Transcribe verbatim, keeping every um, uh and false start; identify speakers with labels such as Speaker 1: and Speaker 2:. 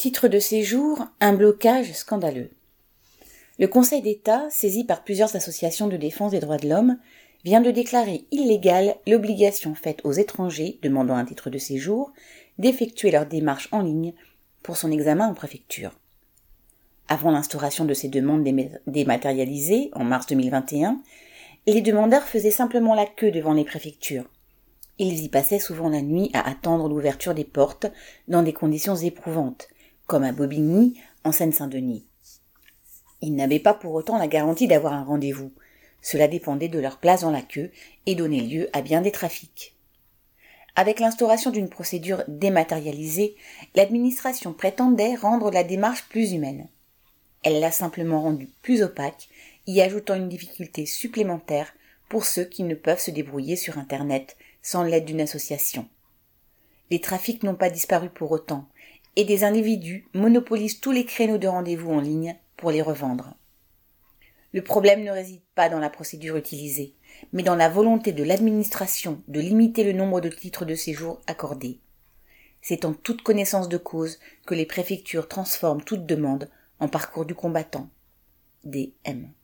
Speaker 1: Titre de séjour, un blocage scandaleux. Le Conseil d'État, saisi par plusieurs associations de défense des droits de l'homme, vient de déclarer illégale l'obligation faite aux étrangers demandant un titre de séjour d'effectuer leur démarche en ligne pour son examen en préfecture. Avant l'instauration de ces demandes dématérialisées, en mars deux mille vingt et un, les demandeurs faisaient simplement la queue devant les préfectures. Ils y passaient souvent la nuit à attendre l'ouverture des portes dans des conditions éprouvantes, comme à Bobigny, en Seine-Saint-Denis. Ils n'avaient pas pour autant la garantie d'avoir un rendez-vous. Cela dépendait de leur place dans la queue et donnait lieu à bien des trafics. Avec l'instauration d'une procédure dématérialisée, l'administration prétendait rendre la démarche plus humaine. Elle l'a simplement rendue plus opaque, y ajoutant une difficulté supplémentaire pour ceux qui ne peuvent se débrouiller sur Internet sans l'aide d'une association. Les trafics n'ont pas disparu pour autant, et des individus monopolisent tous les créneaux de rendez-vous en ligne pour les revendre. Le problème ne réside pas dans la procédure utilisée, mais dans la volonté de l'administration de limiter le nombre de titres de séjour accordés. C'est en toute connaissance de cause que les préfectures transforment toute demande en parcours du combattant. D M